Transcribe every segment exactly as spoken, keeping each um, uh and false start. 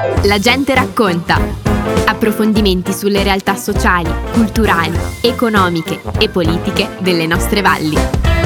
La gente racconta. Approfondimenti sulle realtà sociali, culturali, economiche e politiche delle nostre valli.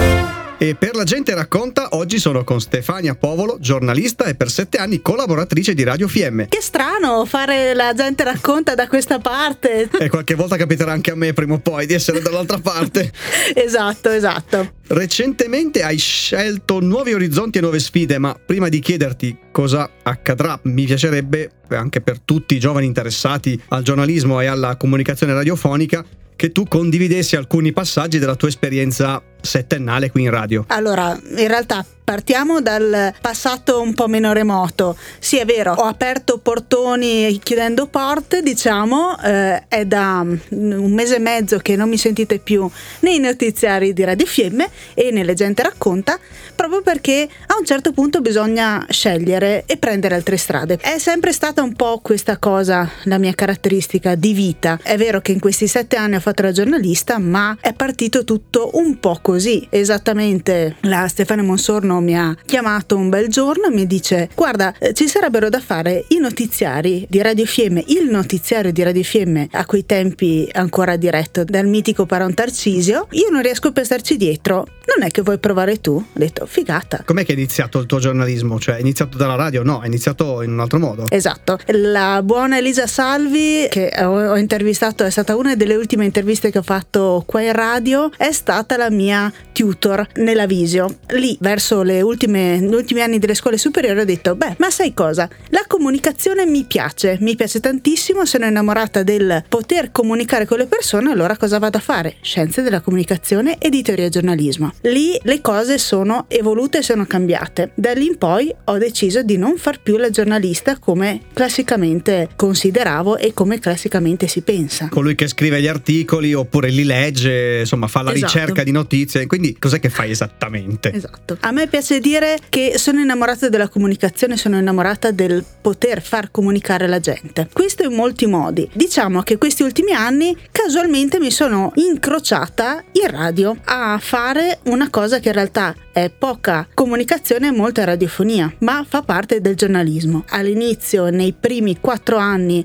E per La gente racconta oggi sono con Stefania Povolo, giornalista e per sette anni collaboratrice di Radio F M. Che strano fare La gente racconta da questa parte. E qualche volta capiterà anche a me prima o poi di essere dall'altra parte. Esatto, esatto. Recentemente hai scelto nuovi orizzonti e nuove sfide, ma prima di chiederti cosa accadrà, mi piacerebbe, anche per tutti i giovani interessati al giornalismo e alla comunicazione radiofonica, che tu condividessi alcuni passaggi della tua esperienza settennale qui in radio. Allora, in realtà partiamo dal passato un po' meno remoto. Sì, è vero, ho aperto portoni chiudendo porte, diciamo, eh, è da un mese e mezzo che non mi sentite più nei notiziari di Radio F M e nelle gente racconta, proprio perché a un certo punto bisogna scegliere e prendere altre strade. È sempre stata un po' questa cosa la mia caratteristica di vita. È vero che in questi sette anni ho fatto la giornalista, ma è partito tutto un po' così. Esattamente, la Stefania Monsorno mi ha chiamato un bel giorno e mi dice: guarda, ci sarebbero da fare i notiziari di Radio F M, il notiziario di Radio F M a quei tempi ancora diretto dal mitico Paron Tarcisio, io non riesco a starci dietro, non è che vuoi provare tu? Ho detto: figata. Com'è che è iniziato il tuo giornalismo? Cioè, è iniziato dalla radio? No, è iniziato in un altro modo. Esatto, la buona Elisa Salvi, che ho, ho intervistato, è stata una delle ultime interviste che ho fatto qua in radio, è stata la mia tutor nella Visio. Lì, verso le ultime, gli ultimi anni delle scuole superiori, ho detto: beh, ma sai cosa? La comunicazione mi piace, mi piace tantissimo, sono innamorata del poter comunicare con le persone, allora cosa vado a fare? Scienze della comunicazione, editoria e giornalismo. Lì le cose sono evolute e sono cambiate. Da lì in poi ho deciso di non far più la giornalista come classicamente consideravo e come classicamente si pensa. Colui che scrive gli articoli oppure li legge, insomma fa la Esatto. ricerca di notizie, quindi cos'è che fai esattamente? Esatto. A me piace dire che sono innamorata della comunicazione, sono innamorata del poter far comunicare la gente. Questo in molti modi. Diciamo che questi ultimi anni casualmente mi sono incrociata in radio a fare una cosa che in realtà è poca comunicazione e molta radiofonia, ma fa parte del giornalismo. All'inizio, nei primi quattro anni,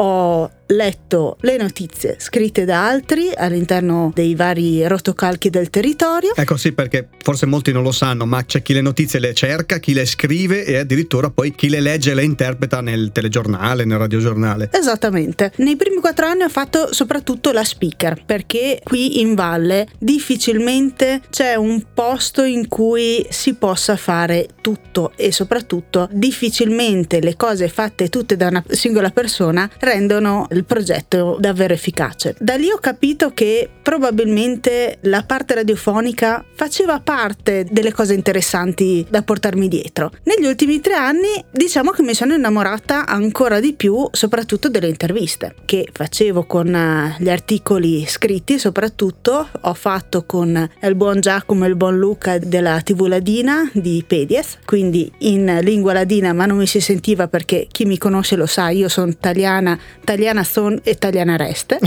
ho letto le notizie scritte da altri all'interno dei vari rotocalchi del territorio. Ecco, sì, perché forse molti non lo sanno, ma c'è chi le notizie le cerca, chi le scrive e addirittura poi chi le legge e le interpreta nel telegiornale, nel radiogiornale. Esattamente. Nei primi quattro anni ho fatto soprattutto la speaker, perché qui in valle difficilmente c'è un posto in cui si possa fare tutto e soprattutto difficilmente le cose fatte tutte da una singola persona rendono il progetto davvero efficace. Da lì ho capito che probabilmente la parte radiofonica faceva parte delle cose interessanti da portarmi dietro. Negli ultimi tre anni diciamo che mi sono innamorata ancora di più soprattutto delle interviste che facevo con gli articoli scritti, soprattutto ho fatto con il buon Giacomo e il buon Luca della tivù ladina di Pedies, quindi in lingua ladina, ma non mi si sentiva perché chi mi conosce lo sa, io sono italiana, italiana son e italiana reste.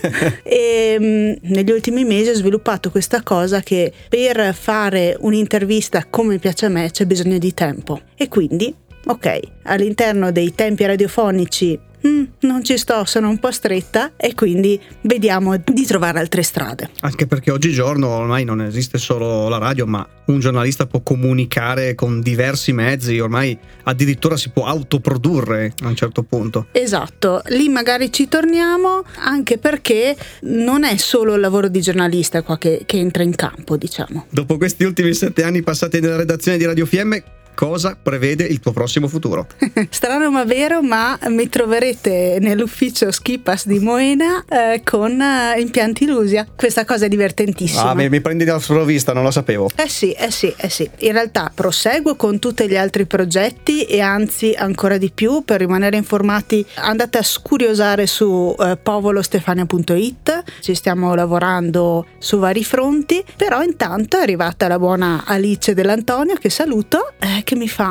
E mh, negli ultimi mesi ho sviluppato questa cosa che per fare un'intervista come piace a me c'è bisogno di tempo e quindi ok, all'interno dei tempi radiofonici mm, non ci sto, sono un po' stretta e quindi vediamo di trovare altre strade. Anche perché oggigiorno ormai non esiste solo la radio, ma un giornalista può comunicare con diversi mezzi, ormai addirittura si può autoprodurre a un certo punto. Esatto, lì magari ci torniamo, anche perché non è solo il lavoro di giornalista qua che, che entra in campo, diciamo. Dopo questi ultimi sette anni passati nella redazione di Radio F M, cosa prevede il tuo prossimo futuro? Strano ma vero, ma mi troverete nell'ufficio Skipas di Moena eh, con eh, impianti Lusia. Questa cosa è divertentissima. Ah, mi, mi prendi da sprovvista, non lo sapevo. Eh sì, eh sì, eh sì. In realtà proseguo con tutti gli altri progetti e anzi ancora di più. Per rimanere informati andate a scuriosare su eh, povolostefania punto it. Ci stiamo lavorando su vari fronti, però intanto è arrivata la buona Alice Dell'Antonio, che saluto, eh, che mi fa: eh,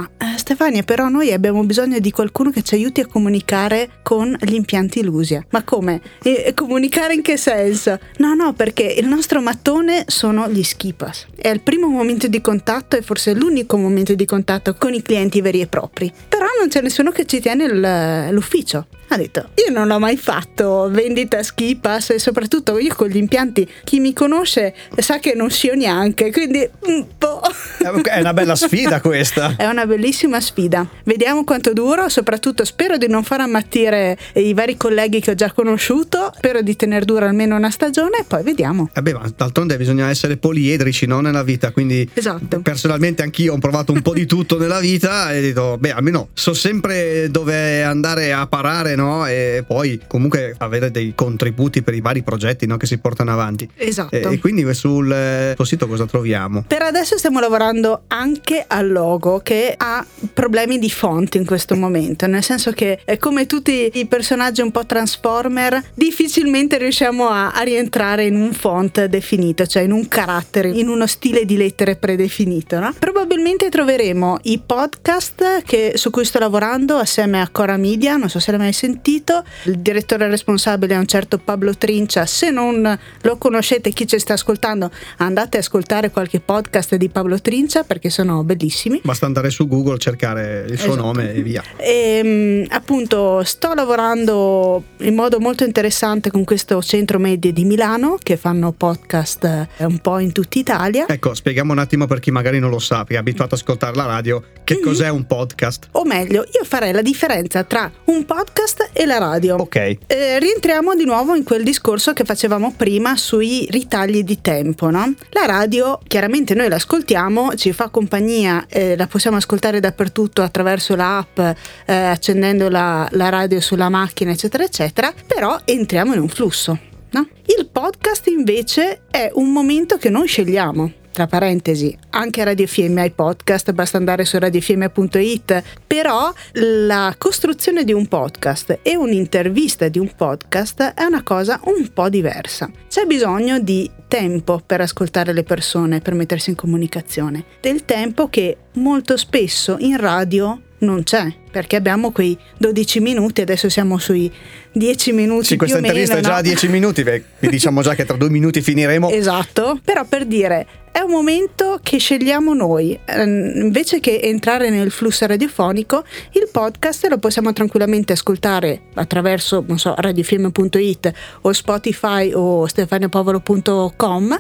Stefania, però noi abbiamo bisogno di qualcuno che ci aiuti a comunicare con gli impianti Lusia. Ma come? E comunicare in che senso? No, no, perché il nostro mattone sono gli ski pass. È il primo momento di contatto e forse l'unico momento di contatto con i clienti veri e propri. Però non c'è nessuno che ci tiene il, l'ufficio. Ha detto, io non ho mai fatto vendita ski pass e soprattutto io con gli impianti, chi mi conosce sa che non scio neanche, quindi un po'. È una bella sfida questa. È una bellissima sfida. Vediamo quanto dura, soprattutto spero di non far ammattire i vari colleghi che ho già conosciuto, spero di tener dura almeno una stagione e poi vediamo. Eh beh, ma d'altronde bisogna essere poliedrici, no, nella vita, quindi esatto. Personalmente anch'io ho provato un po' di tutto nella vita e ho detto, beh, almeno so sempre dove andare a parare, no? E poi comunque avere dei contributi per i vari progetti, no, che si portano avanti. Esatto. E, e quindi sul tuo sito cosa troviamo? Per adesso stiamo lavorando anche al logo, che ha problemi di font in questo momento, nel senso che è come tutti i personaggi un po' Transformer, difficilmente riusciamo a, a rientrare in un font definito, cioè in un carattere, in uno stile di lettere predefinito, no? Probabilmente troveremo i podcast che, su cui sto lavorando assieme a Cora Media, non so se l'hai mai sentito. Il direttore responsabile è un certo Pablo Trincia. Se non lo conoscete, chi ci sta ascoltando, andate a ascoltare qualche podcast di Pablo Trincia perché sono bellissimi. Basta andare su Google, cercare il suo esatto. nome e via. E, appunto sto lavorando in modo molto interessante con questo centro media di Milano che fanno podcast un po' in tutta Italia. Ecco, spieghiamo un attimo per chi magari non lo sa, che è abituato a ascoltare la radio, che mm-hmm. cos'è un podcast? O meglio, io farei la differenza tra un podcast e la radio. Ok. Eh, rientriamo di nuovo in quel discorso che facevamo prima sui ritagli di tempo, no? La radio, chiaramente noi l'ascoltiamo, ci fa compagnia, eh, la possiamo ascoltare dappertutto attraverso l'app, eh, accendendo la, la radio sulla macchina, eccetera, eccetera, però entriamo in un flusso, no? Il podcast invece è un momento che noi scegliamo. Tra parentesi, anche Radio F M ha i podcast, basta andare su radio f m punto i t, però la costruzione di un podcast e un'intervista di un podcast è una cosa un po' diversa. C'è bisogno di tempo per ascoltare le persone, per mettersi in comunicazione, del tempo che molto spesso in radio non c'è, perché abbiamo quei dodici minuti, adesso siamo sui dieci minuti. Sì, questa più intervista meno, è già no? a dieci minuti, vi diciamo già che tra due minuti finiremo. Esatto, però per dire, è un momento che scegliamo noi, invece che entrare nel flusso radiofonico, il podcast lo possiamo tranquillamente ascoltare attraverso, non so, radio f m punto i t o Spotify o stefaniapovolo punto com.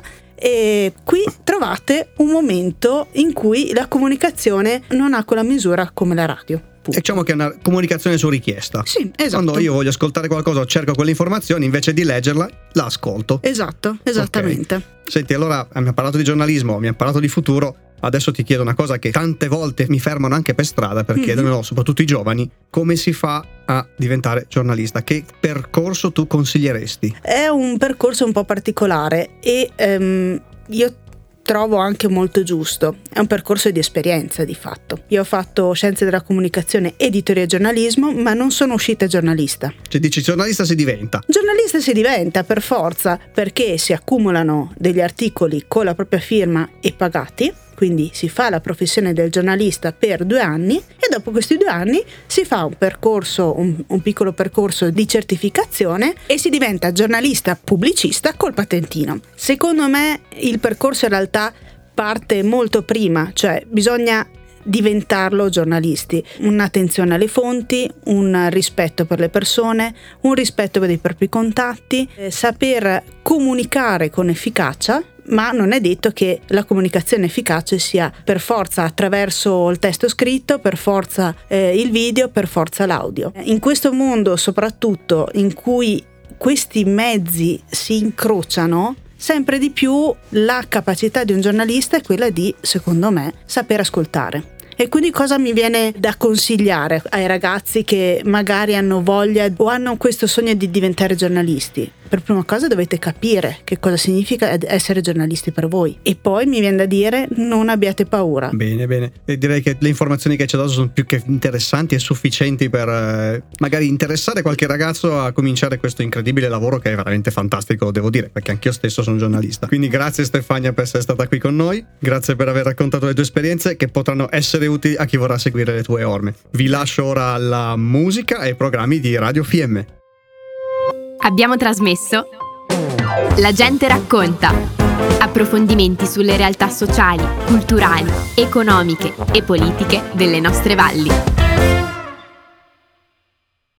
E qui trovate un momento in cui la comunicazione non ha quella misura come la radio. Diciamo che è una comunicazione su richiesta. Sì, esatto. Quando io voglio ascoltare qualcosa, cerco quelle informazioni, invece di leggerla, la ascolto. Esatto, esattamente. Okay. Senti, allora mi ha parlato di giornalismo, mi ha parlato di futuro. Adesso ti chiedo una cosa che tante volte mi fermano anche per strada per mm-hmm. chiedermelo, soprattutto i giovani: come si fa a diventare giornalista? Che percorso tu consiglieresti? È un percorso un po' particolare e um, io trovo anche molto giusto. È un percorso di esperienza, di fatto. Io ho fatto scienze della comunicazione, editoria e giornalismo, ma non sono uscita giornalista. Cioè dici giornalista si diventa? Giornalista si diventa per forza, perché si accumulano degli articoli con la propria firma e pagati. Quindi si fa la professione del giornalista per due anni e dopo questi due anni si fa un percorso, un, un piccolo percorso di certificazione e si diventa giornalista pubblicista col patentino. Secondo me il percorso in realtà parte molto prima, cioè bisogna diventarlo giornalisti. Un'attenzione alle fonti, un rispetto per le persone, un rispetto per i propri contatti, eh, saper comunicare con efficacia, ma non è detto che la comunicazione efficace sia per forza attraverso il testo scritto, per forza eh, il video, per forza l'audio. In questo mondo, soprattutto in cui questi mezzi si incrociano, sempre di più la capacità di un giornalista è quella di, secondo me, saper ascoltare. E quindi cosa mi viene da consigliare ai ragazzi che magari hanno voglia o hanno questo sogno di diventare giornalisti? per prima cosa dovete capire che cosa significa essere giornalisti per voi, e poi mi viene da dire non abbiate paura. Bene, bene. E direi che le informazioni che ci ha dato sono più che interessanti e sufficienti per eh, magari interessare qualche ragazzo a cominciare questo incredibile lavoro, che è veramente fantastico, devo dire, perché anch'io stesso sono giornalista. Quindi grazie Stefania per essere stata qui con noi, grazie per aver raccontato le tue esperienze che potranno essere utili a chi vorrà seguire le tue orme. Vi lascio ora alla musica e ai programmi di Radio F M. Abbiamo trasmesso La gente racconta. Approfondimenti sulle realtà sociali, culturali, economiche e politiche delle nostre valli.